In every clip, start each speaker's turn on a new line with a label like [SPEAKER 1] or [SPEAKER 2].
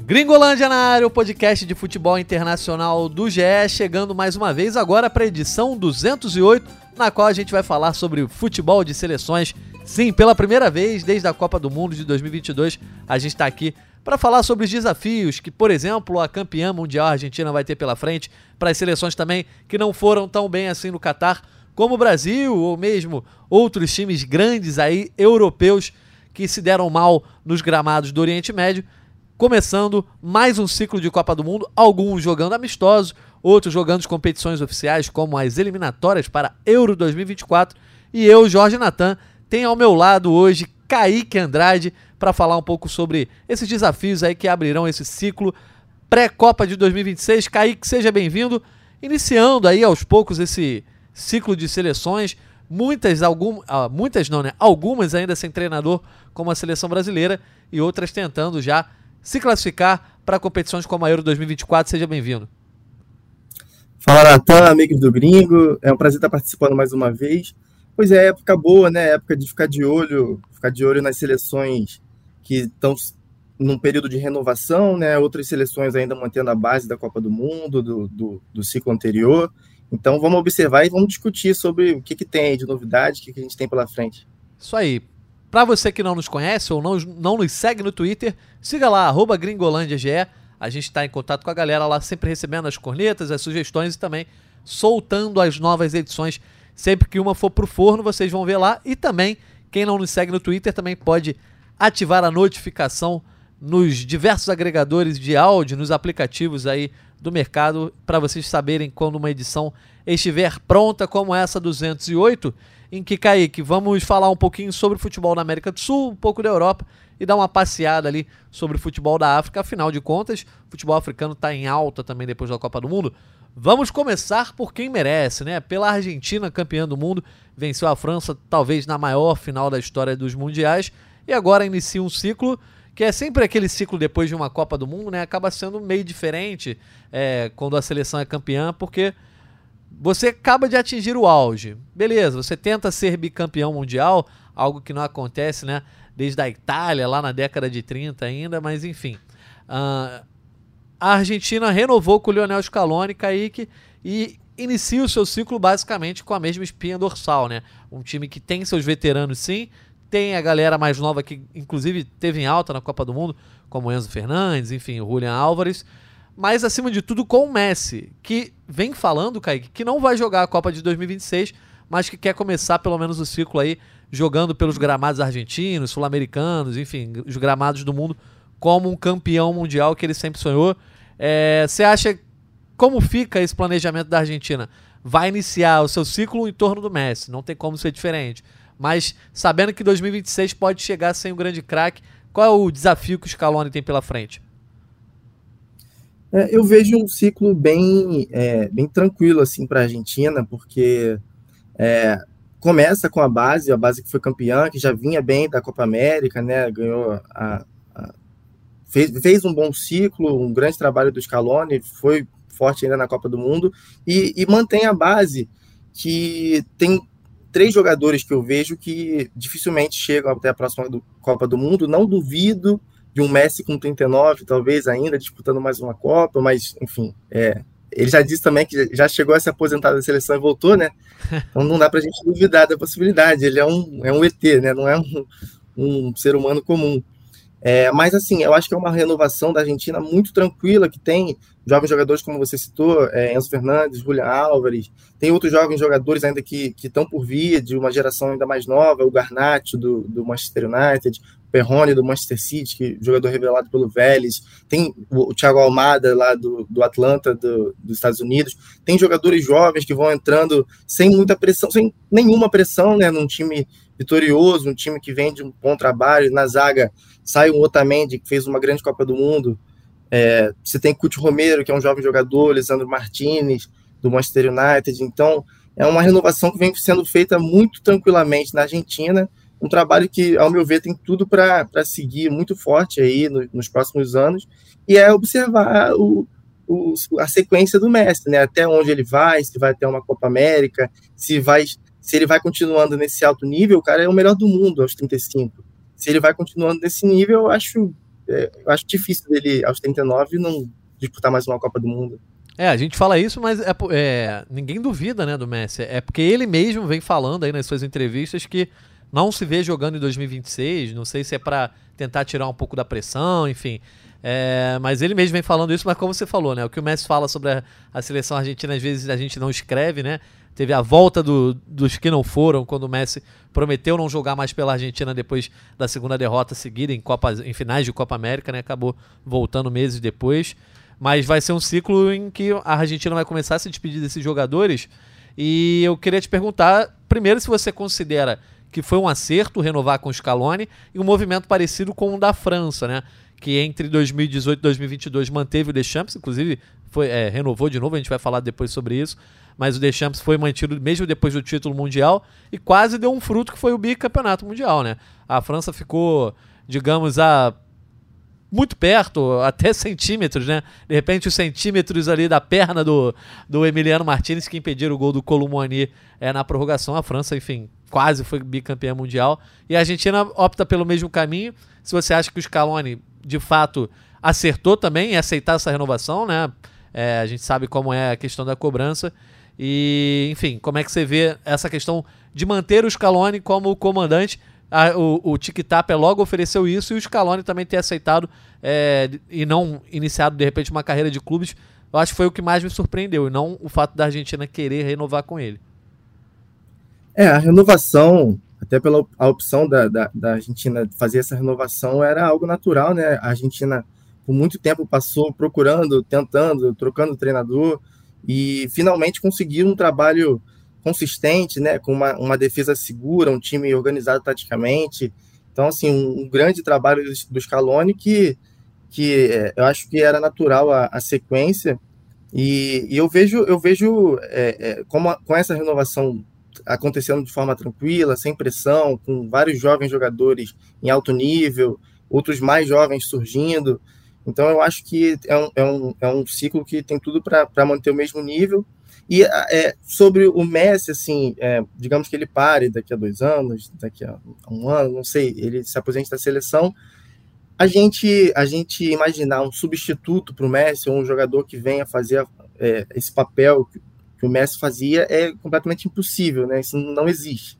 [SPEAKER 1] Gringolândia na área, o podcast de futebol internacional do GE, chegando mais uma vez agora para a edição 208, na qual a gente vai falar sobre futebol de seleções. Sim, pela primeira vez desde a Copa do Mundo de 2022, a gente está aqui para falar sobre os desafios que, por exemplo, a campeã mundial Argentina vai ter pela frente, para as seleções também que não foram tão bem assim no Catar, como o Brasil ou mesmo outros times grandes aí, europeus, que se deram mal nos gramados do Oriente Médio. Começando mais um ciclo de Copa do Mundo, alguns jogando amistosos, outros jogando as competições oficiais, como as eliminatórias para Euro 2024. E eu, Jorge Natan, tenho ao meu lado hoje Kaique Andrade para falar um pouco sobre esses desafios aí que abrirão esse ciclo pré-Copa de 2026. Kaique, seja bem-vindo. Iniciando aí aos poucos esse ciclo de seleções, algumas ainda sem treinador, como a seleção brasileira, e outras tentando já se classificar para competições como a Euro 2024. Seja bem-vindo.
[SPEAKER 2] Fala, Natan, amigos do Gringo. É um prazer estar participando mais uma vez. Pois é, época boa, né? Época de ficar de olho nas seleções que estão num período de renovação, né? Outras seleções ainda mantendo a base da Copa do Mundo, do ciclo anterior. Então vamos observar e vamos discutir sobre o que tem de novidade, o que a gente tem pela frente.
[SPEAKER 1] Isso aí. Para você que não nos conhece ou não nos segue no Twitter, siga lá, @GringolândiaGE. A gente está em contato com a galera lá, sempre recebendo as cornetas, as sugestões e também soltando as novas edições. Sempre que uma for pro forno, vocês vão ver lá. E também, quem não nos segue no Twitter também pode ativar a notificação nos diversos agregadores de áudio, nos aplicativos aí do mercado, para vocês saberem quando uma edição estiver pronta, como essa 208, em que, Kaique, vamos falar um pouquinho sobre o futebol na América do Sul, um pouco da Europa e dar uma passeada ali sobre o futebol da África. Afinal de contas, o futebol africano está em alta também depois da Copa do Mundo. Vamos começar por quem merece, né? Pela Argentina, campeã do mundo, venceu a França talvez na maior final da história dos mundiais e agora inicia um ciclo que é sempre aquele ciclo depois de uma Copa do Mundo, né? Acaba sendo meio diferente quando a seleção é campeã, porque você acaba de atingir o auge. Beleza, você tenta ser bicampeão mundial, algo que não acontece, né, desde a Itália, lá na década de 30 ainda, mas enfim. A Argentina renovou com o Lionel Scaloni, Kaique, e inicia o seu ciclo basicamente com a mesma espinha dorsal, né? Um time que tem seus veteranos, sim, tem a galera mais nova que inclusive teve em alta na Copa do Mundo, como Enzo Fernandes, enfim, o Julián Álvares, mas acima de tudo com o Messi, que vem falando, Kaique, que não vai jogar a Copa de 2026, mas que quer começar pelo menos o ciclo aí jogando pelos gramados argentinos, sul-americanos, enfim, os gramados do mundo, como um campeão mundial que ele sempre sonhou. Você acha, como fica esse planejamento da Argentina? Vai iniciar o seu ciclo em torno do Messi, não tem como ser diferente, mas sabendo que 2026 pode chegar sem o grande craque, qual é o desafio que o Scaloni tem pela frente?
[SPEAKER 2] Eu vejo um ciclo bem tranquilo assim, para a Argentina, porque começa com a base que foi campeã, que já vinha bem da Copa América, né? Ganhou fez um bom ciclo, um grande trabalho do Scaloni, foi forte ainda na Copa do Mundo, e mantém a base, que tem 3 jogadores que eu vejo que dificilmente chegam até a próxima Copa do Mundo. Não duvido de um Messi com 39, talvez ainda, disputando mais uma Copa, mas, enfim, ele já disse também que já chegou a se aposentar da seleção e voltou, né? Então não dá pra gente duvidar da possibilidade. Ele é um ET, né? Não é um ser humano comum. Mas, assim, eu acho que é uma renovação da Argentina muito tranquila, que tem jovens jogadores, como você citou, Enzo Fernandes, Julián Álvares, tem outros jovens jogadores ainda que estão por vir, de uma geração ainda mais nova, o Garnacho, do Manchester United, o Perrone, do Manchester City, que jogador revelado pelo Vélez, tem o Thiago Almada, lá do Atlanta, dos Estados Unidos, tem jogadores jovens que vão entrando sem muita pressão, sem nenhuma pressão, né, num time vitorioso, um time que vem de um bom trabalho. Na zaga sai um Otamendi, que fez uma grande Copa do Mundo. Você tem Cuti Romero, que é um jovem jogador, Lisandro Martinez, do Manchester United. Então, é uma renovação que vem sendo feita muito tranquilamente na Argentina, um trabalho que, ao meu ver, tem tudo para seguir muito forte aí nos próximos anos, e observar a sequência do Messi, né? Até onde ele vai, se vai até uma Copa América, se ele vai continuando nesse alto nível. O cara é o melhor do mundo aos 35. Se ele vai continuando nesse nível, eu acho difícil dele, aos 39, não disputar mais uma Copa do Mundo.
[SPEAKER 1] A gente fala isso, mas ninguém duvida, né, do Messi. É porque ele mesmo vem falando aí nas suas entrevistas que não se vê jogando em 2026, não sei se é para tentar tirar um pouco da pressão, enfim. Mas ele mesmo vem falando isso, mas como você falou, né, o que o Messi fala sobre a seleção argentina, às vezes a gente não escreve, né. Teve a volta dos que não foram, quando o Messi prometeu não jogar mais pela Argentina depois da segunda derrota seguida em finais de Copa América, né, acabou voltando meses depois. Mas vai ser um ciclo em que a Argentina vai começar a se despedir desses jogadores. E eu queria te perguntar, primeiro, se você considera que foi um acerto renovar com o Scaloni e um movimento parecido com o da França, né? Que entre 2018 e 2022 manteve o Deschamps, inclusive renovou de novo, a gente vai falar depois sobre isso. Mas o Deschamps foi mantido mesmo depois do título mundial e quase deu um fruto que foi o bicampeonato mundial, né? A França ficou, digamos, muito perto, até centímetros, né? De repente os centímetros ali da perna do Emiliano Martinez que impediram o gol do Kolo Muani na prorrogação. A França, enfim, quase foi bicampeã mundial. E a Argentina opta pelo mesmo caminho. Se você acha que o Scaloni, de fato, acertou também em aceitar essa renovação, né? A gente sabe como é a questão da cobrança. E, enfim, como é que você vê essa questão de manter o Scaloni como comandante? O Tic Tap logo ofereceu isso e o Scaloni também ter aceitado e não iniciado de repente uma carreira de clubes, eu acho que foi o que mais me surpreendeu, e não o fato da Argentina querer renovar com ele.
[SPEAKER 2] A renovação, até pela a opção da Argentina fazer essa renovação, era algo natural, né? A Argentina por muito tempo passou procurando, tentando, trocando treinador e finalmente conseguiu um trabalho consistente, né, com uma defesa segura, um time organizado taticamente. Então, assim, um grande trabalho do Scaloni que eu acho que era natural a sequência. E eu vejo como com essa renovação acontecendo de forma tranquila, sem pressão, com vários jovens jogadores em alto nível, outros mais jovens surgindo. Então, eu acho que é um ciclo que tem tudo para manter o mesmo nível. E sobre o Messi, assim, digamos que ele pare daqui a 2 anos, daqui a 1 ano, não sei, ele se aposente da seleção, a gente imaginar um substituto para o Messi, ou um jogador que venha fazer esse papel que o Messi fazia, é completamente impossível, né? Isso não existe.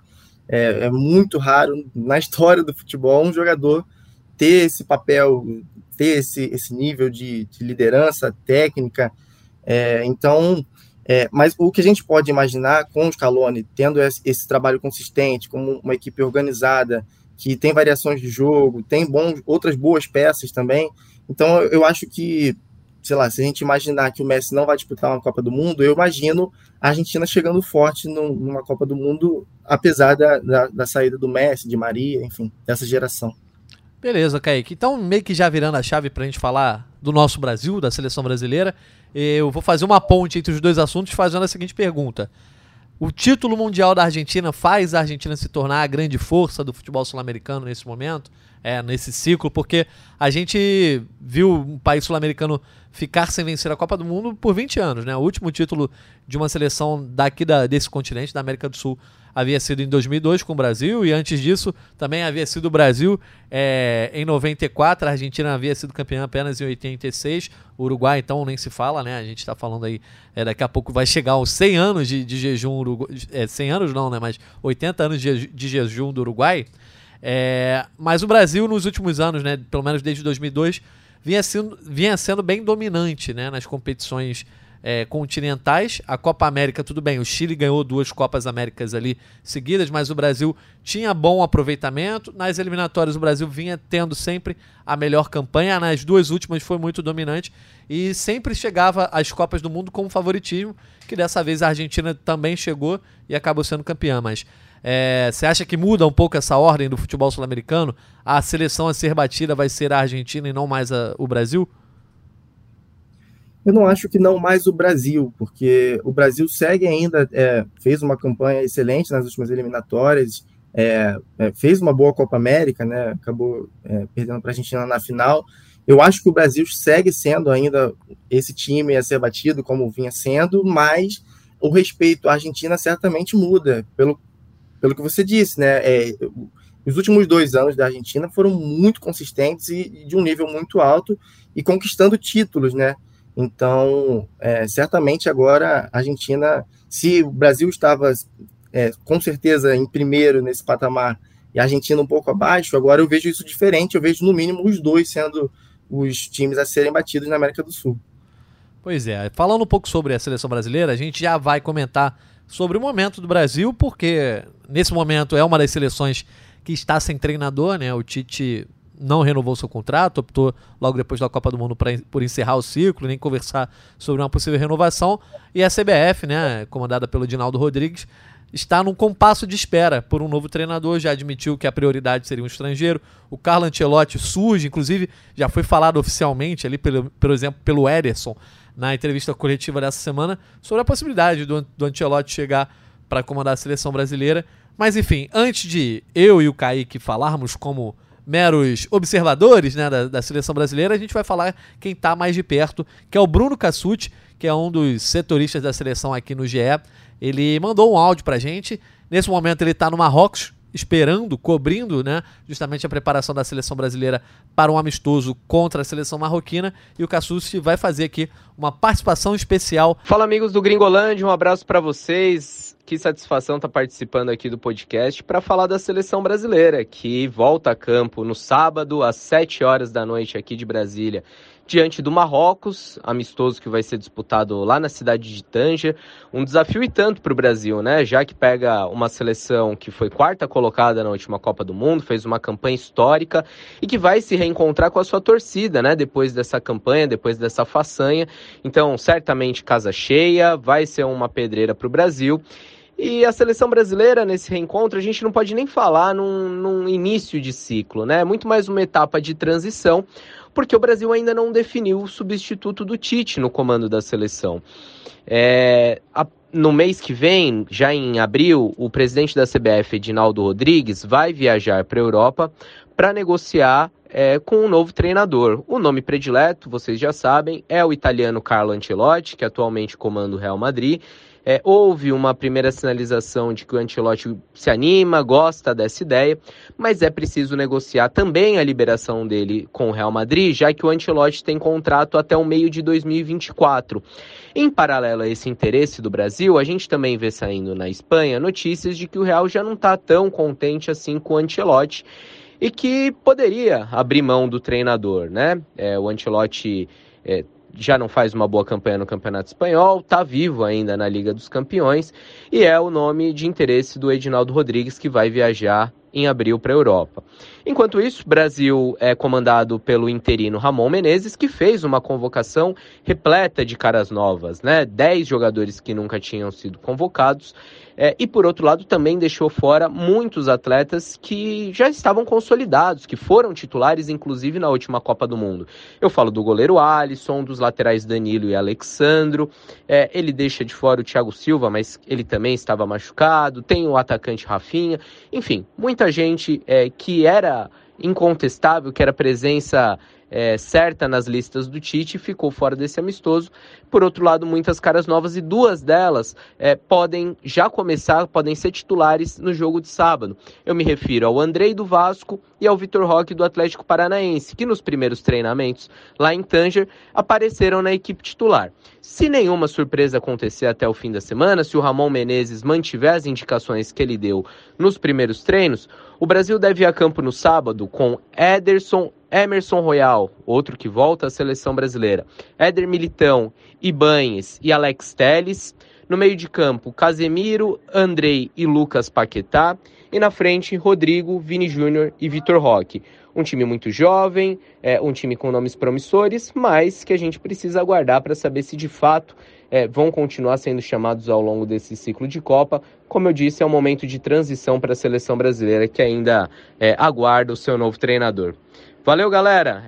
[SPEAKER 2] É muito raro na história do futebol um jogador ter esse papel, ter esse nível de liderança técnica. Então... mas o que a gente pode imaginar com o Scaloni, tendo esse trabalho consistente, como uma equipe organizada, que tem variações de jogo, tem outras boas peças também. Então, eu acho que, sei lá, se a gente imaginar que o Messi não vai disputar uma Copa do Mundo, eu imagino a Argentina chegando forte numa Copa do Mundo, apesar da saída do Messi, de Maria, enfim, dessa geração.
[SPEAKER 1] Beleza, Kaique. Então, meio que já virando a chave para a gente falar do nosso Brasil, da seleção brasileira, eu vou fazer uma ponte entre os dois assuntos fazendo a seguinte pergunta. O título mundial da Argentina faz a Argentina se tornar a grande força do futebol sul-americano nesse momento, nesse ciclo? Porque a gente viu um país sul-americano ficar sem vencer a Copa do Mundo por 20 anos, né? O último título de uma seleção desse continente, da América do Sul, havia sido em 2002 com o Brasil, e antes disso também havia sido o Brasil em 94, a Argentina havia sido campeã apenas em 86, o Uruguai então nem se fala, né? A gente está falando aí, daqui a pouco vai chegar aos 100 anos de jejum, 100 anos não, né? Mas 80 anos de jejum do Uruguai. Mas o Brasil nos últimos anos, né? Pelo menos desde 2002, vinha sendo bem dominante, né? Nas competições continentais. A Copa América, tudo bem, o Chile ganhou 2 Copas Américas ali seguidas, mas o Brasil tinha bom aproveitamento. Nas eliminatórias o Brasil vinha tendo sempre a melhor campanha, nas 2 últimas foi muito dominante e sempre chegava às Copas do Mundo com favoritismo, que dessa vez a Argentina também chegou e acabou sendo campeã. Mas você acha que muda um pouco essa ordem do futebol sul-americano? A seleção a ser batida vai ser a Argentina e não mais o Brasil?
[SPEAKER 2] Eu não acho que não mais o Brasil, porque o Brasil segue ainda, fez uma campanha excelente nas últimas eliminatórias, fez uma boa Copa América, né? Acabou perdendo para a Argentina na final. Eu acho que o Brasil segue sendo ainda esse time a ser batido, como vinha sendo, mas o respeito à Argentina certamente muda, pelo que você disse, né? os últimos 2 anos da Argentina foram muito consistentes e de um nível muito alto e conquistando títulos, né? Então, certamente agora a Argentina, se o Brasil estava com certeza em primeiro nesse patamar e a Argentina um pouco abaixo, agora eu vejo isso diferente, eu vejo no mínimo os dois sendo os times a serem batidos na América do Sul.
[SPEAKER 1] Pois é, falando um pouco sobre a seleção brasileira, a gente já vai comentar sobre o momento do Brasil, porque nesse momento é uma das seleções que está sem treinador, né? O Tite não renovou seu contrato, optou logo depois da Copa do Mundo por encerrar o ciclo, nem conversar sobre uma possível renovação, e a CBF, né, comandada pelo Edinaldo Rodrigues, está num compasso de espera por um novo treinador, já admitiu que a prioridade seria um estrangeiro. O Carlo Ancelotti surge, inclusive já foi falado oficialmente ali, por exemplo, pelo Ederson, na entrevista coletiva dessa semana, sobre a possibilidade do Ancelotti chegar para comandar a seleção brasileira. Mas enfim, antes de eu e o Kaique falarmos como meros observadores, né, da seleção brasileira, a gente vai falar quem está mais de perto, que é o Bruno Cassucci, que é um dos setoristas da seleção aqui no GE. Ele mandou um áudio pra gente. Nesse momento ele está no Marrocos, esperando, cobrindo, né, justamente a preparação da seleção brasileira para um amistoso contra a seleção marroquina, e o Cassucci vai fazer aqui uma participação especial.
[SPEAKER 3] Fala, amigos do Gringolândia, um abraço para vocês. Que satisfação estar participando aqui do podcast para falar da seleção brasileira, que volta a campo no sábado às 7 horas da noite aqui de Brasília, diante do Marrocos, amistoso que vai ser disputado lá na cidade de Tânger. Um desafio e tanto para o Brasil, né? Já que pega uma seleção que foi 4ª colocada na última Copa do Mundo, fez uma campanha histórica e que vai se reencontrar com a sua torcida, né? Depois dessa campanha, depois dessa façanha. Então, certamente casa cheia, vai ser uma pedreira para o Brasil. E a seleção brasileira, nesse reencontro, a gente não pode nem falar num início de ciclo, né? Muito mais uma etapa de transição, porque o Brasil ainda não definiu o substituto do Tite no comando da seleção. No mês que vem, já em abril, o presidente da CBF, Edinaldo Rodrigues, vai viajar para a Europa para negociar com um novo treinador. O nome predileto, vocês já sabem, é o italiano Carlo Ancelotti, que atualmente comanda o Real Madrid. Houve uma primeira sinalização de que o Ancelotti se anima, gosta dessa ideia, mas é preciso negociar também a liberação dele com o Real Madrid, já que o Ancelotti tem contrato até o meio de 2024. Em paralelo a esse interesse do Brasil, a gente também vê saindo na Espanha notícias de que o Real já não está tão contente assim com o Ancelotti e que poderia abrir mão do treinador, né? O Ancelotti já não faz uma boa campanha no Campeonato Espanhol, está vivo ainda na Liga dos Campeões e é o nome de interesse do Edinaldo Rodrigues, que vai viajar em abril para a Europa. Enquanto isso, o Brasil é comandado pelo interino Ramon Menezes, que fez uma convocação repleta de caras novas, né? 10 jogadores que nunca tinham sido convocados, e por outro lado também deixou fora muitos atletas que já estavam consolidados, que foram titulares inclusive na última Copa do Mundo. Eu falo do goleiro Alisson, dos laterais Danilo e Alexandro, ele deixa de fora o Thiago Silva, mas ele também estava machucado, tem o atacante Rafinha, enfim, muita gente que era incontestável, que era presença certa nas listas do Tite, ficou fora desse amistoso. Por outro lado, muitas caras novas, e 2 delas podem já começar, podem ser titulares no jogo de sábado. Eu me refiro ao Andrei do Vasco e ao Vitor Roque do Atlético Paranaense, que nos primeiros treinamentos lá em Tânger apareceram na equipe titular. Se nenhuma surpresa acontecer até o fim da semana, se o Ramon Menezes mantiver as indicações que ele deu nos primeiros treinos, o Brasil deve ir a campo no sábado com Ederson, Emerson Royal, outro que volta à seleção brasileira, Éder Militão, Ibáñez e Alex Telles. No meio de campo, Casemiro, Andrei e Lucas Paquetá. E na frente, Rodrigo, Vini Júnior e Vitor Roque. Um time muito jovem, um time com nomes promissores, mas que a gente precisa aguardar para saber se de fato vão continuar sendo chamados ao longo desse ciclo de Copa. Como eu disse, é um momento de transição para a seleção brasileira, que ainda aguarda o seu novo treinador. Valeu, galera!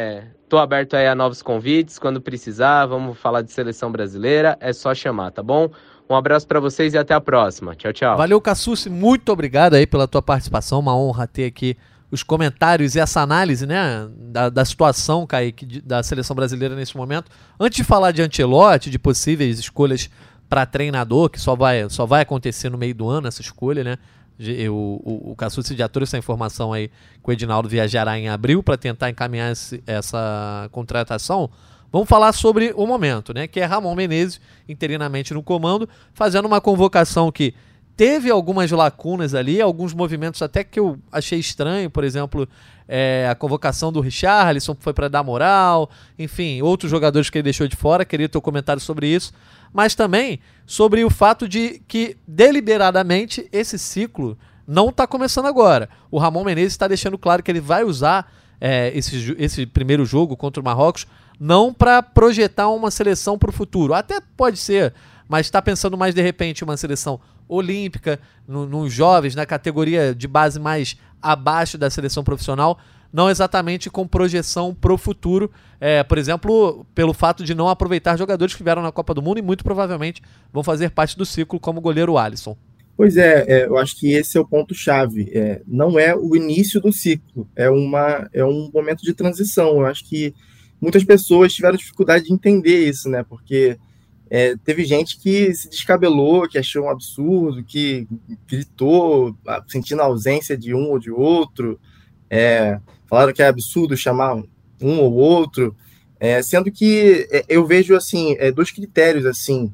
[SPEAKER 3] Tô aberto aí a novos convites, quando precisar, vamos falar de seleção brasileira, é só chamar, tá bom? Um abraço para vocês e até a próxima. Tchau, tchau.
[SPEAKER 1] Valeu, Cassucci, muito obrigado aí pela tua participação, uma honra ter aqui os comentários e essa análise, né, da situação, Kaique, da seleção brasileira nesse momento. Antes de falar de Ancelotti, de possíveis escolhas para treinador, que só vai acontecer no meio do ano essa escolha, né? O Cassucci já trouxe essa informação aí que o Edinaldo viajará em abril para tentar encaminhar essa contratação. Vamos falar sobre o momento, né? Que é Ramon Menezes, interinamente no comando, fazendo uma convocação que teve algumas lacunas ali, alguns movimentos até que eu achei estranho, por exemplo, a convocação do Richarlison foi para dar moral, enfim, outros jogadores que ele deixou de fora, queria ter um comentário sobre isso, mas também sobre o fato de que, deliberadamente, esse ciclo não está começando agora. O Ramon Menezes está deixando claro que ele vai usar esse primeiro jogo contra o Marrocos não para projetar uma seleção para o futuro. Até pode ser, mas está pensando mais, de repente, uma seleção olímpica, nos jovens, na categoria de base mais abaixo da seleção profissional, não exatamente com projeção para o futuro, por exemplo, pelo fato de não aproveitar jogadores que vieram na Copa do Mundo e muito provavelmente vão fazer parte do ciclo, como o goleiro Alisson.
[SPEAKER 2] Pois eu acho que esse é o ponto-chave. Não é o início do ciclo, é um momento de transição. Eu acho que muitas pessoas tiveram dificuldade de entender isso, né? Porque teve gente que se descabelou, que achou um absurdo, que gritou, sentindo a ausência de um ou de outro. Falaram que é absurdo chamar um ou outro, sendo que eu vejo assim, dois critérios assim,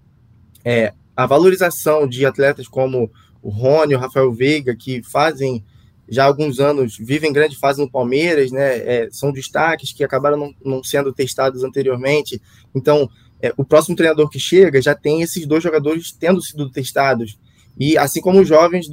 [SPEAKER 2] a valorização de atletas como o Rony, o Rafael Veiga, que fazem já há alguns anos, vivem grande fase no Palmeiras, né? São destaques que acabaram não sendo testados anteriormente. Então, o próximo treinador que chega já tem esses dois jogadores tendo sido testados. E assim como os jovens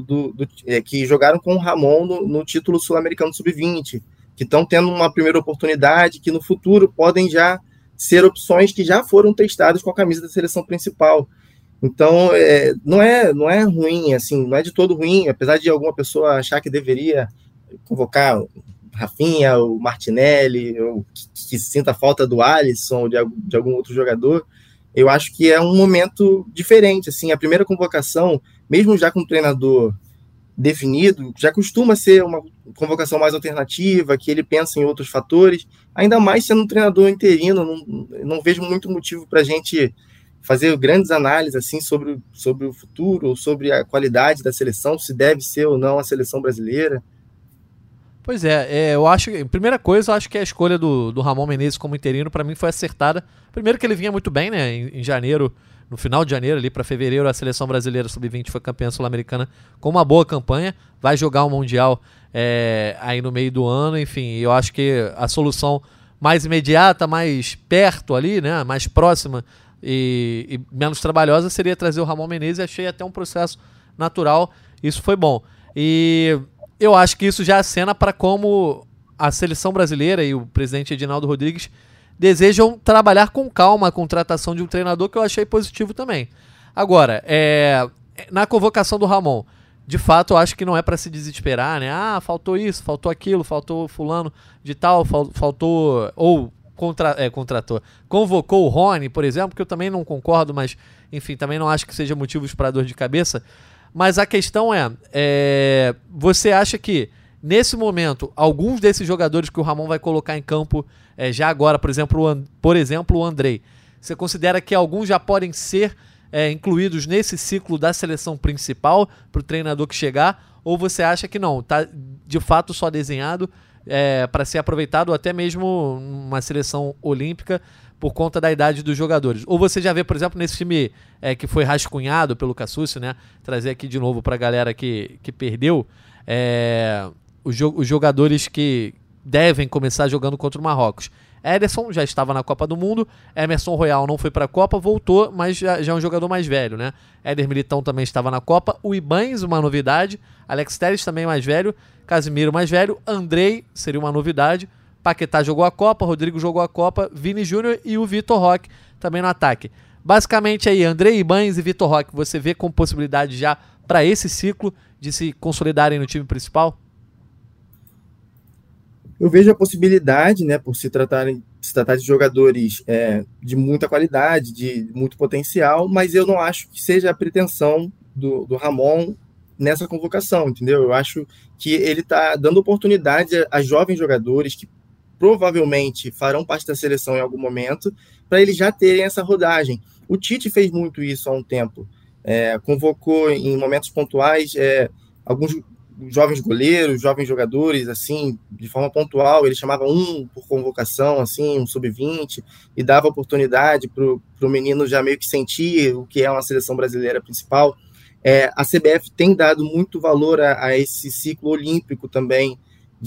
[SPEAKER 2] que jogaram com o Ramon no título sul-americano sub-20, que estão tendo uma primeira oportunidade, que no futuro podem já ser opções que já foram testadas com a camisa da seleção principal. Então, não é ruim, assim, não é de todo ruim, apesar de alguma pessoa achar que deveria convocar o Rafinha, o Martinelli, ou que sinta falta do Alisson, ou de algum outro jogador. Eu acho que é um momento diferente, assim, a primeira convocação, mesmo já com o treinador definido, já costuma ser uma convocação mais alternativa, que ele pensa em outros fatores, ainda mais sendo um treinador interino, não vejo muito motivo para a gente fazer grandes análises assim, sobre o futuro, ou sobre a qualidade da seleção, se deve ser ou não a seleção brasileira.
[SPEAKER 1] Pois eu acho que, primeira coisa, eu acho que a escolha do Ramon Menezes como interino, para mim, foi acertada. Primeiro que ele vinha muito bem, né, em janeiro, no final de janeiro, ali para fevereiro, a seleção brasileira sub-20 foi campeã sul-americana com uma boa campanha, vai jogar o Mundial aí no meio do ano, enfim, eu acho que a solução mais imediata, mais perto ali, né, mais próxima e menos trabalhosa seria trazer o Ramon Menezes, achei até um processo natural, isso foi bom. E eu acho que isso já acena para como a seleção brasileira e o presidente Edinaldo Rodrigues desejam trabalhar com calma a contratação de um treinador, que eu achei positivo também. Agora, na convocação do Ramon, de fato, eu acho que não é para se desesperar, né? Faltou isso, faltou aquilo, faltou fulano de tal, faltou... ou convocou o Rony, por exemplo, que eu também não concordo, mas, enfim, também não acho que seja motivos para dor de cabeça. Mas a questão você acha que, nesse momento, alguns desses jogadores que o Ramon vai colocar em campo já agora, por exemplo, o Andrei, você considera que alguns já podem ser incluídos nesse ciclo da seleção principal para o treinador que chegar, ou você acha que não, está de fato só desenhado para ser aproveitado até mesmo uma seleção olímpica por conta da idade dos jogadores? Ou você já vê, por exemplo, nesse time que foi rascunhado pelo Cassucci, né? Trazer aqui de novo para a galera que perdeu, os jogadores que devem começar jogando contra o Marrocos. Ederson já estava na Copa do Mundo, Emerson Royal não foi para a Copa, voltou, mas já é um jogador mais velho, né? Éder Militão também estava na Copa, o Ibañez, uma novidade, Alex Telles também mais velho, Casimiro mais velho, Andrei seria uma novidade, Paquetá jogou a Copa, Rodrigo jogou a Copa, Vini Júnior e o Vitor Roque também no ataque. Basicamente aí, Andrei, Ibañez e Vitor Roque, você vê como possibilidade já para esse ciclo de se consolidarem no time principal?
[SPEAKER 2] Eu vejo a possibilidade, né, por se tratar de jogadores de muita qualidade, de muito potencial, mas eu não acho que seja a pretensão do Ramon nessa convocação, entendeu? Eu acho que ele está dando oportunidade a jovens jogadores que provavelmente farão parte da seleção em algum momento, para eles já terem essa rodagem. O Tite fez muito isso há um tempo, convocou em momentos pontuais alguns jovens goleiros, jovens jogadores, assim, de forma pontual. Ele chamava um por convocação, assim, um sub-20, e dava oportunidade para o menino já meio que sentir o que é uma seleção brasileira principal. A CBF tem dado muito valor a esse ciclo olímpico também.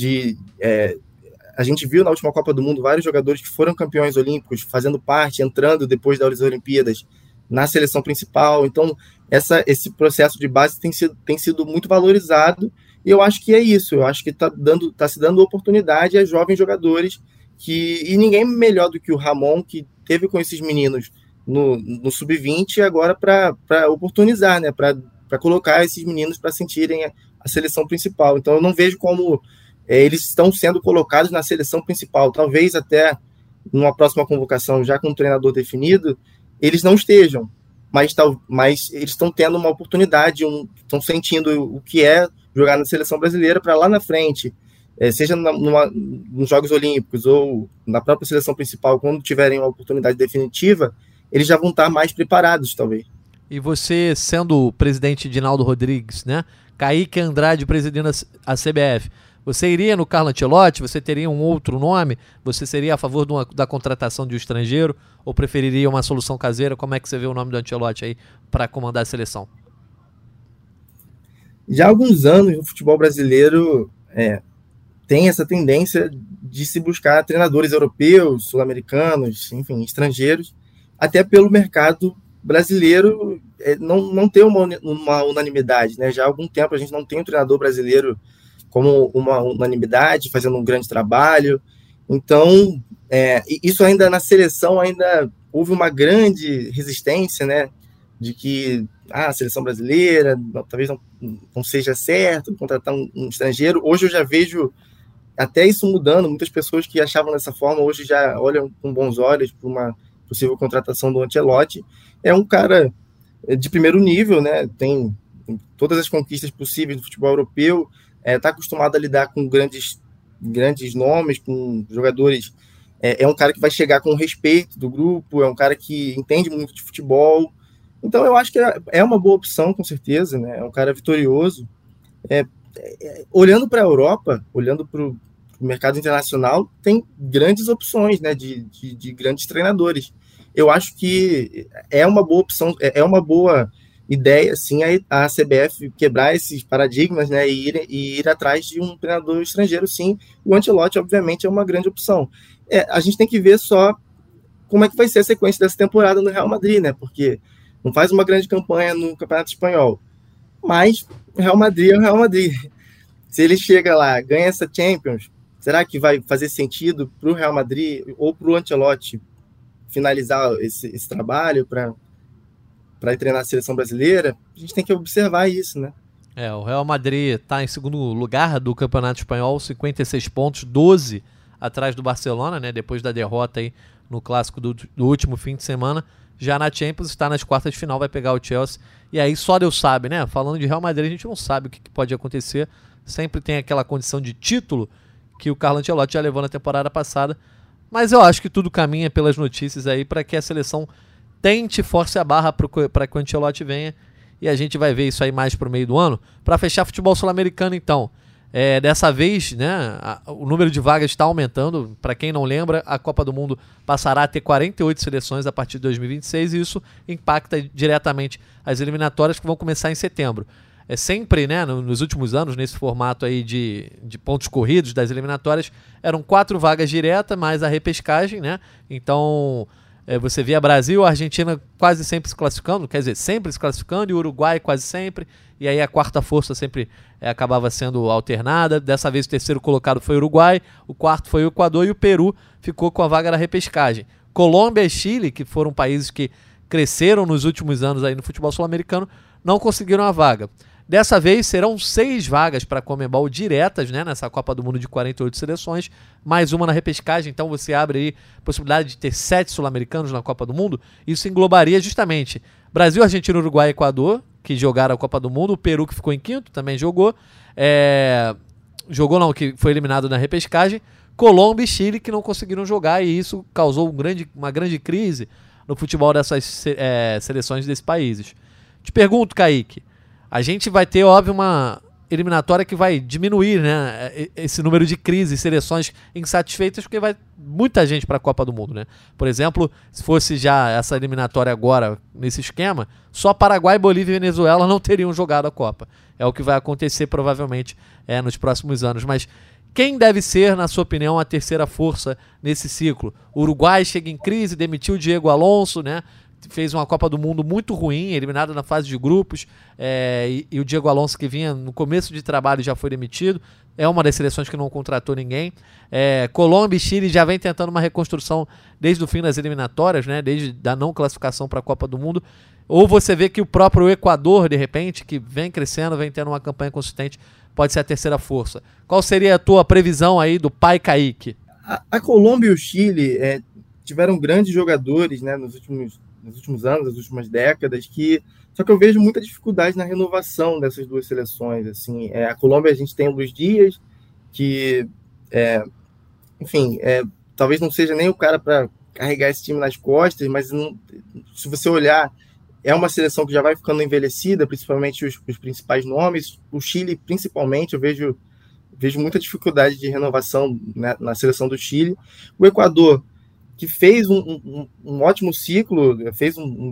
[SPEAKER 2] A gente viu na última Copa do Mundo vários jogadores que foram campeões olímpicos, fazendo parte, entrando depois das Olimpíadas na seleção principal. Então, esse processo de base tem sido muito valorizado, e eu acho que é isso. Eu acho que está se dando oportunidade a jovens jogadores, e ninguém melhor do que o Ramon, que teve com esses meninos no sub-20, agora para oportunizar, né, para colocar esses meninos para sentirem a seleção principal. Então, eu não vejo como eles estão sendo colocados na seleção principal. Talvez até numa próxima convocação, já com um treinador definido, eles não estejam, mas eles estão tendo uma oportunidade, estão sentindo o que é jogar na seleção brasileira para lá na frente, seja nos Jogos Olímpicos ou na própria seleção principal, quando tiverem uma oportunidade definitiva, eles já vão estar mais preparados, talvez.
[SPEAKER 1] E você, sendo o presidente Edinaldo Rodrigues, né? Kaique Andrade presidindo a CBF, você iria no Carlo Ancelotti? Você teria um outro nome? Você seria a favor da contratação de um estrangeiro? Ou preferiria uma solução caseira? Como é que você vê o nome do Ancelotti aí para comandar a seleção?
[SPEAKER 2] Já há alguns anos o futebol brasileiro tem essa tendência de se buscar treinadores europeus, sul-americanos, enfim, estrangeiros, até pelo mercado brasileiro não ter uma unanimidade, né? Já há algum tempo a gente não tem um treinador brasileiro como uma unanimidade, fazendo um grande trabalho. Então, isso ainda na seleção ainda houve uma grande resistência, né? De que a seleção brasileira talvez não seja certo contratar um estrangeiro. Hoje eu já vejo até isso mudando. Muitas pessoas que achavam dessa forma hoje já olham com bons olhos para uma possível contratação do Ancelotti. É um cara de primeiro nível, né? Tem todas as conquistas possíveis do futebol europeu, está acostumado a lidar com grandes nomes, com jogadores. É um cara que vai chegar com respeito do grupo, é um cara que entende muito de futebol. Então eu acho que é uma boa opção, com certeza, né? É um cara vitorioso. Olhando para a Europa, olhando para o mercado internacional, tem grandes opções, né, de grandes treinadores. Eu acho que é uma boa opção, é uma boa ideia, assim, a CBF quebrar esses paradigmas, né, e ir atrás de um treinador estrangeiro, sim. O Ancelotti, obviamente, é uma grande opção. A gente tem que ver só como é que vai ser a sequência dessa temporada no Real Madrid, né, porque não faz uma grande campanha no Campeonato Espanhol, mas o Real Madrid é o Real Madrid. Se ele chega lá, ganha essa Champions, será que vai fazer sentido para o Real Madrid ou para o Ancelotti finalizar esse trabalho para treinar a seleção brasileira? A gente tem que observar isso, né?
[SPEAKER 1] O Real Madrid está em segundo lugar do Campeonato Espanhol, 56 pontos, 12 atrás do Barcelona, né? Depois da derrota aí no clássico do último fim de semana. Já na Champions, está nas quartas de final, vai pegar o Chelsea. E aí só Deus sabe, né? Falando de Real Madrid, a gente não sabe o que pode acontecer. Sempre tem aquela condição de título que o Carlo Ancelotti já levou na temporada passada. Mas eu acho que tudo caminha pelas notícias aí para que a seleção tente, force a barra para que o Ancelotti venha. E a gente vai ver isso aí mais pro meio do ano. Para fechar futebol sul-americano, então. Dessa vez, né, o número de vagas está aumentando. Para quem não lembra, a Copa do Mundo passará a ter 48 seleções a partir de 2026 e isso impacta diretamente as eliminatórias que vão começar em setembro. Sempre, né, nos últimos anos, nesse formato aí de pontos corridos das eliminatórias, eram 4 vagas diretas, mais a repescagem, né? Então, você via Brasil, a Argentina quase sempre se classificando, quer dizer, sempre se classificando, e o Uruguai quase sempre, e aí a quarta força sempre acabava sendo alternada. Dessa vez o terceiro colocado foi o Uruguai, o quarto foi o Equador e o Peru ficou com a vaga da repescagem. Colômbia e Chile, que foram países que cresceram nos últimos anos aí no futebol sul-americano, não conseguiram a vaga. Dessa vez serão 6 vagas para a Conmebol diretas, né, nessa Copa do Mundo de 48 seleções, mais uma na repescagem, então você abre aí a possibilidade de ter 7 sul-americanos na Copa do Mundo. Isso englobaria justamente Brasil, Argentina, Uruguai e Equador, que jogaram a Copa do Mundo, o Peru, que ficou em quinto, também jogou, que foi eliminado na repescagem, Colômbia e Chile, que não conseguiram jogar, e isso causou uma grande crise no futebol dessas seleções desses países. Te pergunto, Kaique, a gente vai ter, óbvio, eliminatória que vai diminuir, né, esse número de crises, seleções insatisfeitas, porque vai muita gente para a Copa do Mundo, né? Por exemplo, se fosse já essa eliminatória agora nesse esquema, só Paraguai, Bolívia e Venezuela não teriam jogado a Copa. É o que vai acontecer provavelmente nos próximos anos. Mas quem deve ser, na sua opinião, a terceira força nesse ciclo? O Uruguai chega em crise, demitiu o Diego Alonso, né? Fez uma Copa do Mundo muito ruim, eliminado na fase de grupos, e o Diego Alonso, que vinha no começo de trabalho, já foi demitido. É uma das seleções que não contratou ninguém. Colômbia e Chile já vem tentando uma reconstrução desde o fim das eliminatórias, né? Desde a não classificação para a Copa do Mundo. Ou você vê que o próprio Equador, de repente, que vem crescendo, vem tendo uma campanha consistente, pode ser a terceira força. Qual seria a tua previsão aí do pai Kaique?
[SPEAKER 2] A Colômbia e o Chile tiveram grandes jogadores, né, nos últimos anos, nas últimas décadas, só que eu vejo muita dificuldade na renovação dessas duas seleções. Assim, a Colômbia, a gente tem o Luis Dias, que, enfim, talvez não seja nem o cara para carregar esse time nas costas, mas se você olhar, é uma seleção que já vai ficando envelhecida, principalmente os principais nomes. O Chile, principalmente, eu vejo muita dificuldade de renovação, né, na seleção do Chile. O Equador, que fez um ótimo ciclo, fez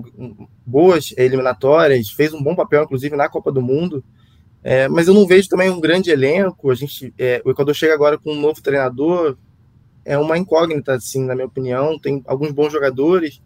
[SPEAKER 2] boas eliminatórias, fez um bom papel, inclusive, na Copa do Mundo, mas eu não vejo também um grande elenco. O Equador chega agora com um novo treinador, é uma incógnita, assim, na minha opinião. Tem alguns bons jogadores,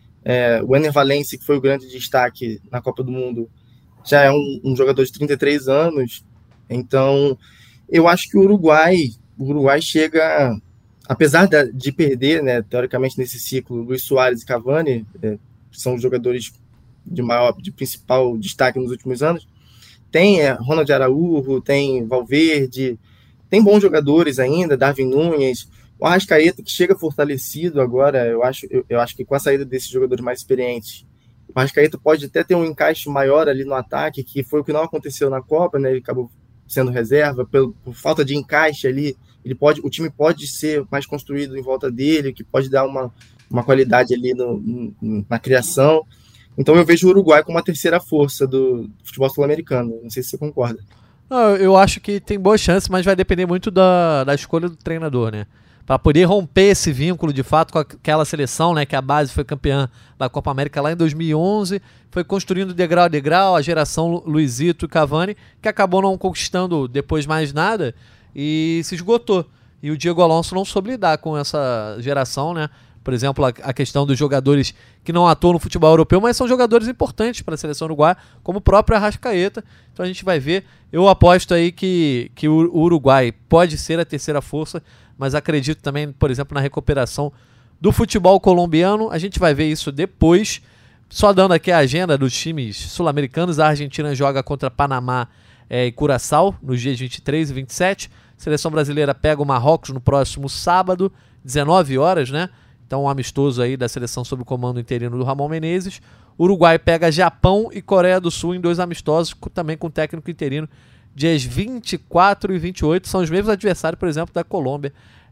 [SPEAKER 2] o Ener Valencia, que foi o grande destaque na Copa do Mundo, já é um jogador de 33 anos, então eu acho que o Uruguai chega... Apesar de perder, né, teoricamente, nesse ciclo, Luis Suárez e Cavani, são os jogadores de principal destaque nos últimos anos, tem Ronald Araújo, tem Valverde, tem bons jogadores ainda, Darwin Núñez, o Arrascaeta, que chega fortalecido agora. Eu acho que com a saída desses jogadores mais experientes, o Arrascaeta pode até ter um encaixe maior ali no ataque, que foi o que não aconteceu na Copa, né? Ele acabou sendo reserva, por falta de encaixe ali. O time pode ser mais construído em volta dele, que pode dar uma qualidade ali na criação. Então eu vejo o Uruguai como a terceira força do futebol sul-americano. Não sei se você concorda.
[SPEAKER 1] Não, eu acho que tem boa chance, mas vai depender muito da escolha do treinador, né? Para poder romper esse vínculo de fato com aquela seleção, né, que a base foi campeã da Copa América lá em 2011, foi construindo degrau a degrau a geração Luizito e Cavani, que acabou não conquistando depois mais nada e se esgotou. E o Diego Alonso não soube lidar com essa geração, né? Por exemplo, a questão dos jogadores que não atuam no futebol europeu, mas são jogadores importantes para a seleção uruguaia, como o próprio Arrascaeta. Então a gente vai ver. Eu aposto aí que o Uruguai pode ser a terceira força, mas acredito também, por exemplo, na recuperação do futebol colombiano. A gente vai ver isso depois. Só dando aqui a agenda dos times sul-americanos, a Argentina joga contra Panamá e Curaçao nos dias 23 e 27. A seleção brasileira pega o Marrocos no próximo sábado, 19 horas, né? Então um amistoso aí da seleção sob o comando interino do Ramon Menezes. O Uruguai pega Japão e Coreia do Sul em 2 amistosos, também com técnico interino, dias 24 e 28. São os mesmos adversários, por exemplo, da Colômbia,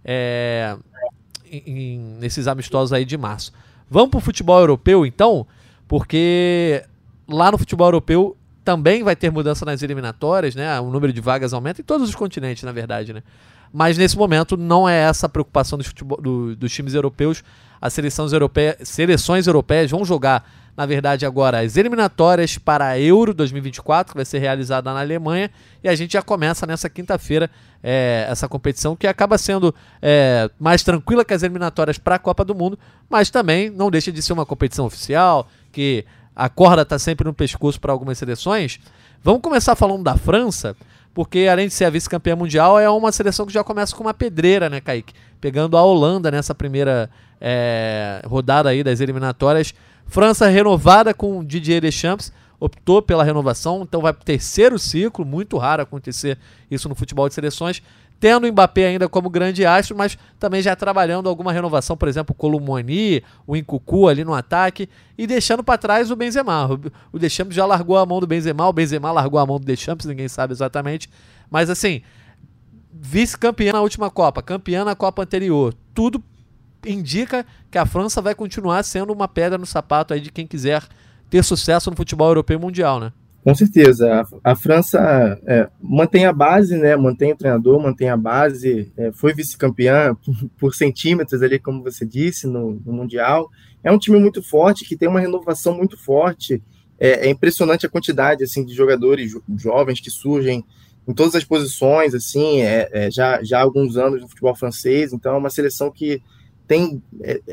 [SPEAKER 1] nesses amistosos aí de março. Vamos para o futebol europeu, então, porque lá no futebol europeu também vai ter mudança nas eliminatórias, né? O número de vagas aumenta em todos os continentes, na verdade, né? Mas nesse momento não é essa a preocupação dos times europeus. As seleções europeias vão jogar, na verdade, agora as eliminatórias para a Euro 2024, que vai ser realizada na Alemanha, e a gente já começa nessa quinta-feira essa competição, que acaba sendo mais tranquila que as eliminatórias para a Copa do Mundo, mas também não deixa de ser uma competição oficial, que a corda está sempre no pescoço para algumas seleções. Vamos começar falando da França, porque além de ser a vice-campeã mundial, é uma seleção que já começa com uma pedreira, né, Kaique? Pegando a Holanda nessa primeira rodada aí das eliminatórias. França renovada com Didier Deschamps, optou pela renovação, então vai para o terceiro ciclo, muito raro acontecer isso no futebol de seleções, tendo o Mbappé ainda como grande astro, mas também já trabalhando alguma renovação, por exemplo, o Colomoni, o Nkunku ali no ataque, e deixando para trás o Benzema. O Deschamps já largou a mão do Benzema, o Benzema largou a mão do Deschamps, ninguém sabe exatamente, mas assim, vice-campeã na última Copa, campeã na Copa anterior, tudo indica que a França vai continuar sendo uma pedra no sapato aí de quem quiser ter sucesso no futebol europeu e mundial, né?
[SPEAKER 2] Com certeza. A França mantém a base, né? Mantém o treinador, mantém a base. Foi vice-campeã por centímetros ali, como você disse, no Mundial. É um time muito forte, que tem uma renovação muito forte. É impressionante a quantidade assim, de jogadores jovens que surgem em todas as posições, assim, já há alguns anos no futebol francês. Então é uma seleção que tem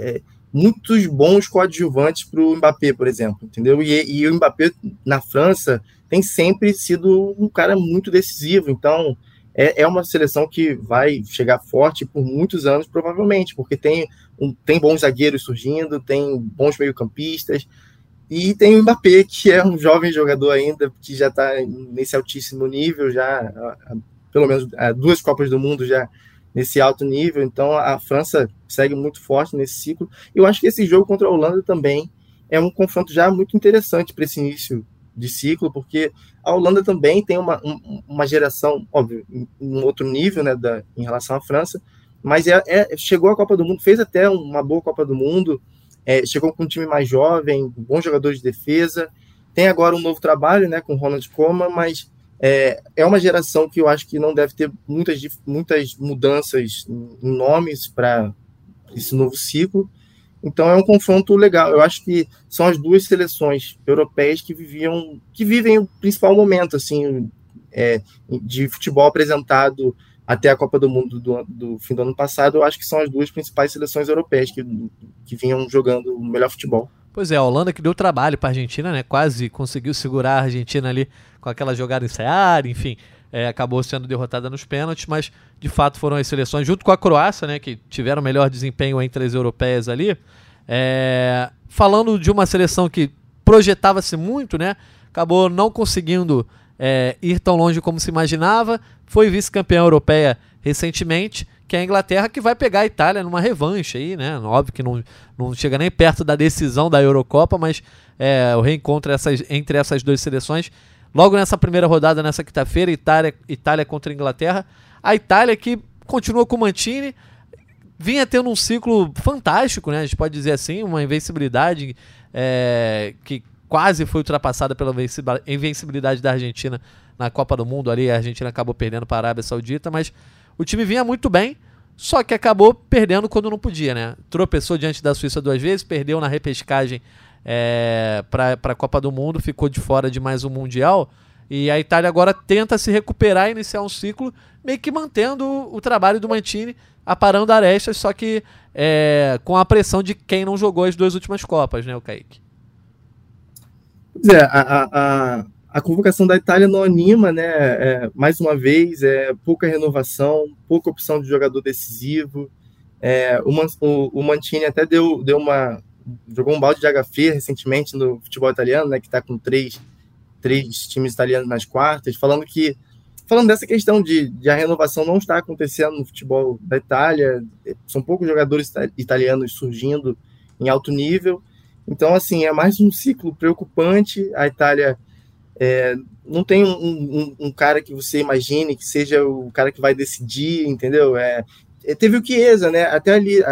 [SPEAKER 2] muitos bons coadjuvantes para o Mbappé, por exemplo, entendeu? E o Mbappé, na França, tem sempre sido um cara muito decisivo. Então, é uma seleção que vai chegar forte por muitos anos, provavelmente, porque tem bons zagueiros surgindo, tem bons meio-campistas, e tem o Mbappé, que é um jovem jogador ainda, que já está nesse altíssimo nível, já pelo menos 2 Copas do Mundo já nesse alto nível. Então a França segue muito forte nesse ciclo. Eu acho que esse jogo contra a Holanda também é um confronto já muito interessante para esse início de ciclo, porque a Holanda também tem uma geração, óbvio, em outro nível, né, em relação à França, mas chegou à Copa do Mundo, fez até uma boa Copa do Mundo, chegou com um time mais jovem, bons jogadores de defesa, tem agora um novo trabalho, né, com o Ronald Koeman, mas é uma geração que eu acho que não deve ter muitas mudanças em nomes para esse novo ciclo. Então é um confronto legal. Eu acho que são as 2 seleções europeias que vivem o principal momento assim, de futebol apresentado até a Copa do Mundo do fim do ano passado. Eu acho que são as 2 principais seleções europeias que vinham jogando o melhor futebol.
[SPEAKER 1] Pois é, a Holanda que deu trabalho para a Argentina, né? Quase conseguiu segurar a Argentina ali com aquela jogada ensaiada, enfim, acabou sendo derrotada nos pênaltis, mas de fato foram as seleções, junto com a Croácia, né, que tiveram melhor desempenho entre as europeias ali. Falando de uma seleção que projetava-se muito, né? Acabou não conseguindo ir tão longe como se imaginava, foi vice-campeã europeia recentemente, que é a Inglaterra, que vai pegar a Itália numa revanche aí, né? Óbvio que não chega nem perto da decisão da Eurocopa, mas o reencontro entre essas 2 seleções. Logo nessa primeira rodada, nessa quinta-feira, Itália contra a Inglaterra. A Itália que continua com o Mancini, vinha tendo um ciclo fantástico, né? A gente pode dizer assim, uma invencibilidade que quase foi ultrapassada pela invencibilidade da Argentina na Copa do Mundo. Ali a Argentina acabou perdendo para a Arábia Saudita, mas o time vinha muito bem, só que acabou perdendo quando não podia, né? Tropeçou diante da Suíça 2 vezes, perdeu na repescagem para a Copa do Mundo, ficou de fora de mais um Mundial, e a Itália agora tenta se recuperar e iniciar um ciclo, meio que mantendo o trabalho do Mancini, aparando arestas, só que com a pressão de quem não jogou as 2 últimas Copas, né, o Kaique?
[SPEAKER 2] Pois é, a convocação da Itália não anima, né? Mais uma vez, pouca renovação, pouca opção de jogador decisivo. O Mancini até jogou um balde de água fria recentemente no futebol italiano, né? Que está com três times italianos nas quartas, falando dessa questão de a renovação não está acontecendo no futebol da Itália. São poucos jogadores italianos surgindo em alto nível. Então, assim, é mais um ciclo preocupante. A Itália não tem um cara que você imagine que seja o cara que vai decidir, entendeu? Teve o Chiesa, né? Até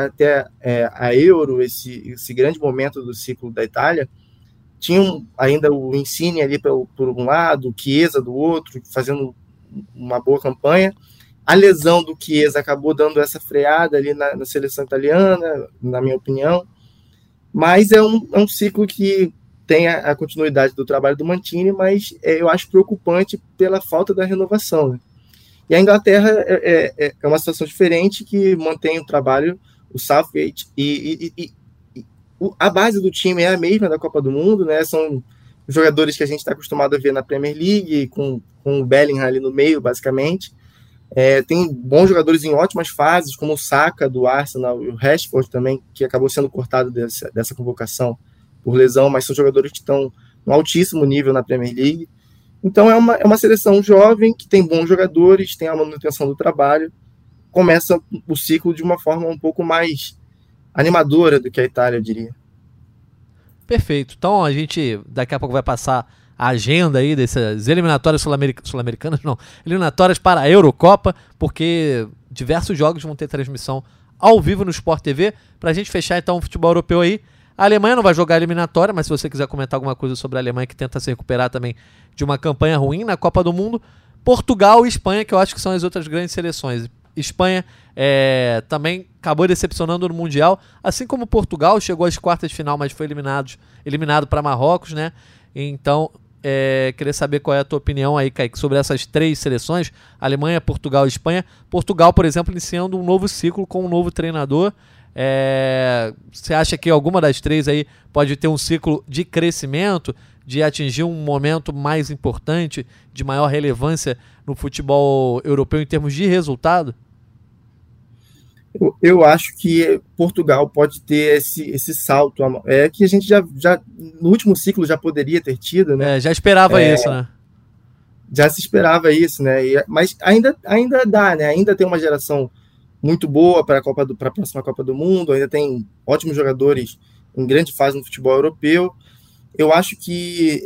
[SPEAKER 2] a Euro, esse grande momento do ciclo da Itália, tinha ainda o Insigne ali por um lado, o Chiesa do outro, fazendo uma boa campanha. A lesão do Chiesa acabou dando essa freada ali na seleção italiana, na minha opinião. Mas é um ciclo que tem a continuidade do trabalho do Mancini, mas eu acho preocupante pela falta da renovação, né? E a Inglaterra é uma situação diferente, que mantém o trabalho, o Southgate, e a base do time é a mesma da Copa do Mundo, né? São jogadores que a gente está acostumado a ver na Premier League, com o Bellingham ali no meio, basicamente. Tem bons jogadores em ótimas fases, como o Saka do Arsenal e o Rashford também, que acabou sendo cortado dessa convocação por lesão, mas são jogadores que estão no altíssimo nível na Premier League. Então é uma seleção jovem, que tem bons jogadores, tem a manutenção do trabalho, começa o ciclo de uma forma um pouco mais animadora do que a Itália, eu diria.
[SPEAKER 1] Perfeito. Então a gente daqui a pouco vai passar a agenda aí dessas eliminatórias sul-americanas, não, eliminatórias para a Eurocopa, porque diversos jogos vão ter transmissão ao vivo no Sport TV. Pra gente fechar então o futebol europeu aí, A Alemanha não vai jogar a eliminatória, mas se você quiser comentar alguma coisa sobre a Alemanha, que tenta se recuperar também de uma campanha ruim na Copa do Mundo. Portugal e Espanha, que eu acho que são as outras grandes seleções. Espanha também acabou decepcionando no Mundial, assim como Portugal chegou às quartas de final, mas foi eliminado para Marrocos, né? Então, queria saber qual é a tua opinião aí, Kaique, sobre essas três seleções, Alemanha, Portugal e Espanha. Portugal, por exemplo, iniciando um novo ciclo com um novo treinador. Você acha que alguma das três aí pode ter um ciclo de crescimento, de atingir um momento mais importante, de maior relevância no futebol europeu em termos de resultado?
[SPEAKER 2] Eu acho que Portugal pode ter esse salto, que a gente já no último ciclo já poderia ter tido, né?
[SPEAKER 1] Já esperava isso, né?
[SPEAKER 2] Já se esperava isso, né? Mas ainda dá, né? Ainda tem uma geração muito boa para a próxima Copa do Mundo, ainda tem ótimos jogadores em grande fase no futebol europeu. Eu acho que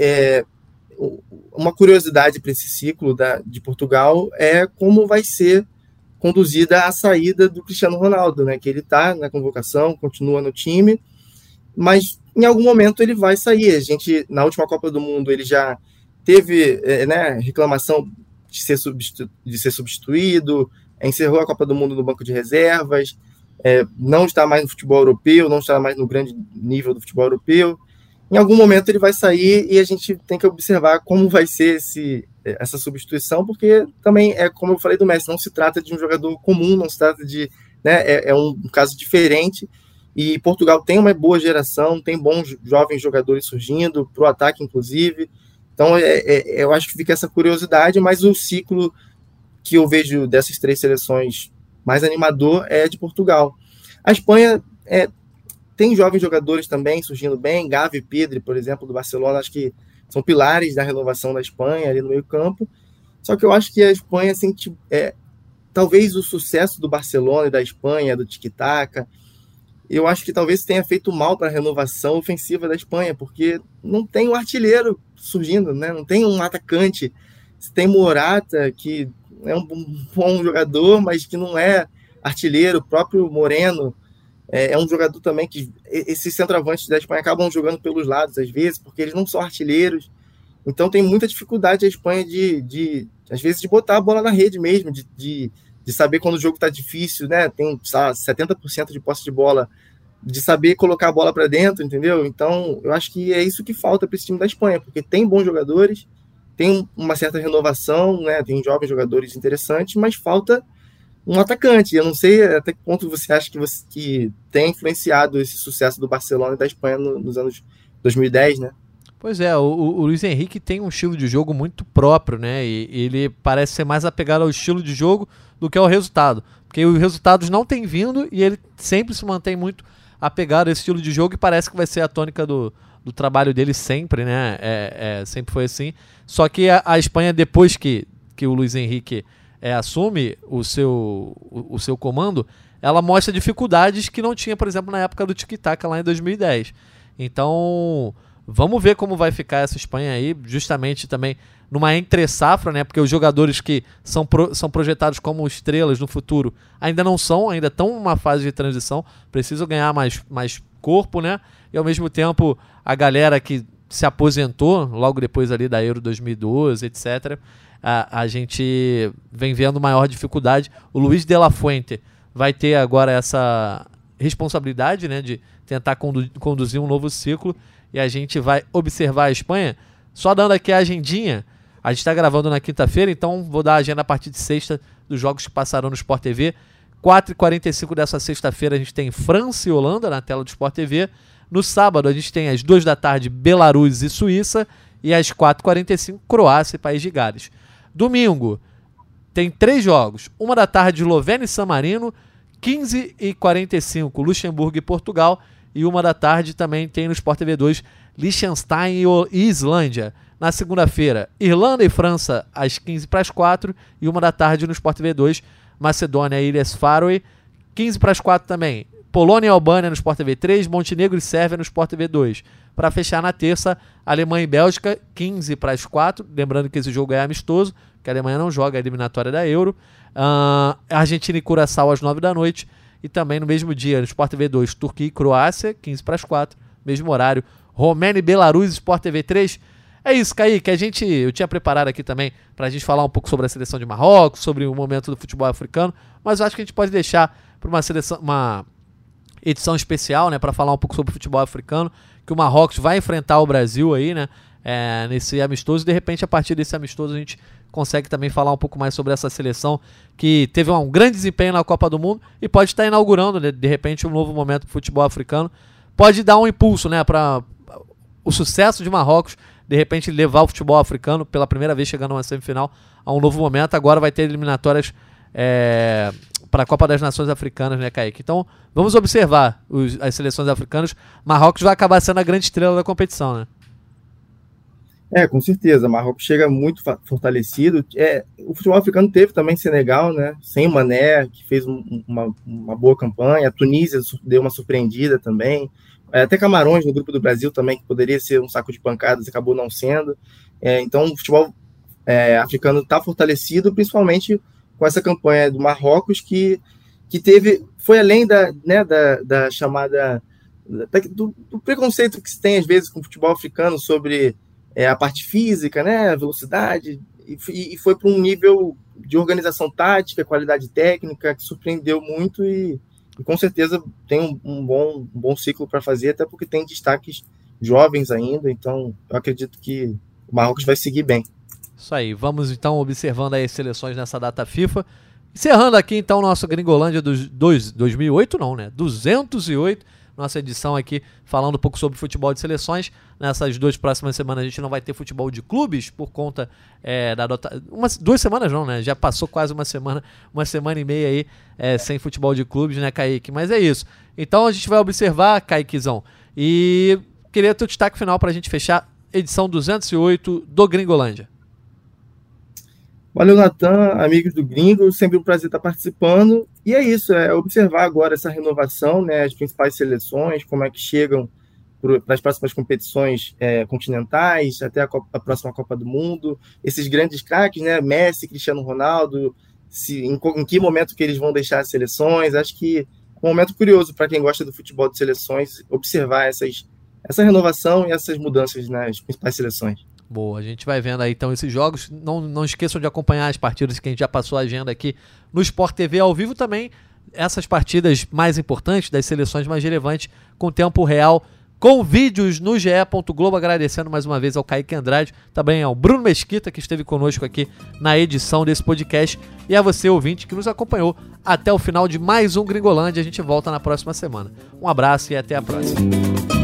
[SPEAKER 2] uma curiosidade para esse ciclo de Portugal é como vai ser conduzida a saída do Cristiano Ronaldo, né? Que ele está na convocação, continua no time, mas em algum momento ele vai sair. A gente, na última Copa do Mundo, ele já teve reclamação de ser substituído, encerrou a Copa do Mundo no banco de reservas, não está mais no futebol europeu, não está mais no grande nível do futebol europeu. Em algum momento ele vai sair e a gente tem que observar como vai ser essa substituição, porque também como eu falei do Messi, não se trata de um jogador comum, não se trata de... Né, é um caso diferente, e Portugal tem uma boa geração, tem bons jovens jogadores surgindo, para o ataque inclusive, então eu acho que fica essa curiosidade, mas o ciclo que eu vejo dessas três seleções mais animador é de Portugal. A Espanha tem jovens jogadores também surgindo bem, Gavi e Pedri, por exemplo, do Barcelona, acho que são pilares da renovação da Espanha ali no meio campo, só que eu acho que a Espanha, assim, talvez o sucesso do Barcelona e da Espanha, do tiki-taka, eu acho que talvez tenha feito mal para a renovação ofensiva da Espanha, porque não tem um artilheiro surgindo, né? Não tem um atacante. Você tem Morata, que é um bom jogador, mas que não é artilheiro. O próprio Moreno é um jogador também que esses centroavantes da Espanha acabam jogando pelos lados às vezes, porque eles não são artilheiros. Então tem muita dificuldade a Espanha às vezes de botar a bola na rede mesmo, de saber quando o jogo está difícil, né? Tem 70% de posse de bola, de saber colocar a bola para dentro, entendeu? Então eu acho que é isso que falta para esse time da Espanha, porque tem bons jogadores, tem uma certa renovação, né? Tem jovens jogadores interessantes, mas falta um atacante. Eu não sei até que ponto você acha que tem influenciado esse sucesso do Barcelona e da Espanha nos anos 2010, né?
[SPEAKER 1] Pois é, o Luiz Henrique tem um estilo de jogo muito próprio, né? E ele parece ser mais apegado ao estilo de jogo do que ao resultado. Porque os resultados não têm vindo e ele sempre se mantém muito apegado a esse estilo de jogo, e parece que vai ser a tônica do trabalho dele sempre, né? Sempre foi assim. Só que a Espanha, depois que o Luiz Henrique assume o seu comando, ela mostra dificuldades que não tinha, por exemplo, na época do tiki-taka lá em 2010. Então, vamos ver como vai ficar essa Espanha aí, justamente também numa entre-safra, né? Porque os jogadores que são projetados como estrelas no futuro ainda não são, ainda estão numa fase de transição, precisam ganhar mais corpo, né? E ao mesmo tempo, a galera que se aposentou logo depois ali da Euro 2012, etc., a gente vem vendo maior dificuldade. O Luiz de la Fuente vai ter agora essa responsabilidade, né, de tentar conduzir um novo ciclo, e a gente vai observar a Espanha. Só dando aqui a agendinha, a gente está gravando na quinta-feira, então vou dar a agenda a partir de sexta dos jogos que passarão no Sport TV. 4h45 dessa sexta-feira a gente tem França e Holanda na tela do Sport TV. No sábado a gente tem às 2 da tarde Belarus e Suíça, e às 4h45 Croácia e País de Gales. Domingo tem 3 jogos: 1 da tarde Eslovênia e San Marino, 15h45 Luxemburgo e Portugal, e 1 da tarde também tem no Sport TV 2 Liechtenstein e Islândia. Na segunda-feira, Irlanda e França às 15h45, e 1 da tarde no Sport TV 2 Macedônia e Ilhas Faroe. 15h45 também Polônia e Albânia no Sport TV 3, Montenegro e Sérvia no Sport TV 2. Para fechar na terça, Alemanha e Bélgica, 15h45, lembrando que esse jogo é amistoso, que a Alemanha não joga a eliminatória da Euro. Argentina e Curaçao às 9 da noite, e também no mesmo dia, no Sport TV 2, Turquia e Croácia, 15h45, mesmo horário. Romênia e Belarus, Sport TV 3. É isso, Kaique, eu tinha preparado aqui também pra gente falar um pouco sobre a seleção de Marrocos, sobre o momento do futebol africano, mas eu acho que a gente pode deixar para uma edição especial, né, para falar um pouco sobre o futebol africano, que o Marrocos vai enfrentar o Brasil aí, né, nesse amistoso, e de repente a partir desse amistoso a gente consegue também falar um pouco mais sobre essa seleção que teve um grande desempenho na Copa do Mundo e pode estar inaugurando, né, de repente um novo momento do futebol africano, pode dar um impulso, né, para o sucesso de Marrocos, de repente levar o futebol africano pela primeira vez chegando a uma semifinal a um novo momento. Agora vai ter eliminatórias para a Copa das Nações Africanas, né, Kaique? Então vamos observar as seleções africanas. Marrocos vai acabar sendo a grande estrela da competição, né?
[SPEAKER 2] Com certeza. Marrocos chega muito fortalecido. O futebol africano teve também Senegal, né? Sem o Mané, que fez uma boa campanha. A Tunísia deu uma surpreendida também. Até Camarões no grupo do Brasil também, que poderia ser um saco de pancadas, acabou não sendo. Então o futebol africano está fortalecido, principalmente com essa campanha do Marrocos, que foi além da chamada do preconceito que se tem às vezes com o futebol africano sobre a parte física, né, a velocidade, e foi para um nível de organização tática, qualidade técnica, que surpreendeu muito e com certeza tem um bom ciclo para fazer, até porque tem destaques jovens ainda, então eu acredito que o Marrocos vai seguir bem.
[SPEAKER 1] Isso aí, vamos então observando aí as seleções nessa data FIFA. Encerrando aqui então o nosso Gringolândia 2008, não, né? 208, nossa edição aqui falando um pouco sobre futebol de seleções. Nessas 2 próximas semanas a gente não vai ter futebol de clubes por conta da 2 semanas não, né? Já passou quase uma semana e meia aí sem futebol de clubes, né, Kaique? Mas é isso. Então a gente vai observar, Kaiquezão, e queria ter o destaque final para a gente fechar edição 208 do Gringolândia.
[SPEAKER 2] Valeu, Natan, amigos do Gringo, sempre um prazer estar participando. E é isso, observar agora essa renovação, né, as principais seleções, como é que chegam para as próximas competições continentais, até a próxima Copa do Mundo. Esses grandes craques, né, Messi, Cristiano Ronaldo, em que momento que eles vão deixar as seleções. Acho que é um momento curioso para quem gosta do futebol de seleções, observar essa renovação e essas mudanças nas principais seleções.
[SPEAKER 1] Boa, a gente vai vendo aí então esses jogos. Não esqueçam de acompanhar as partidas que a gente já passou a agenda aqui no Sport TV ao vivo também. Essas partidas mais importantes, das seleções mais relevantes, com tempo real, com vídeos no GE. Globo. Agradecendo mais uma vez ao Kaique Andrade, também ao Bruno Mesquita, que esteve conosco aqui na edição desse podcast, e a você, ouvinte, que nos acompanhou até o final de mais um Gringolândia. A gente volta na próxima semana. Um abraço e até a próxima.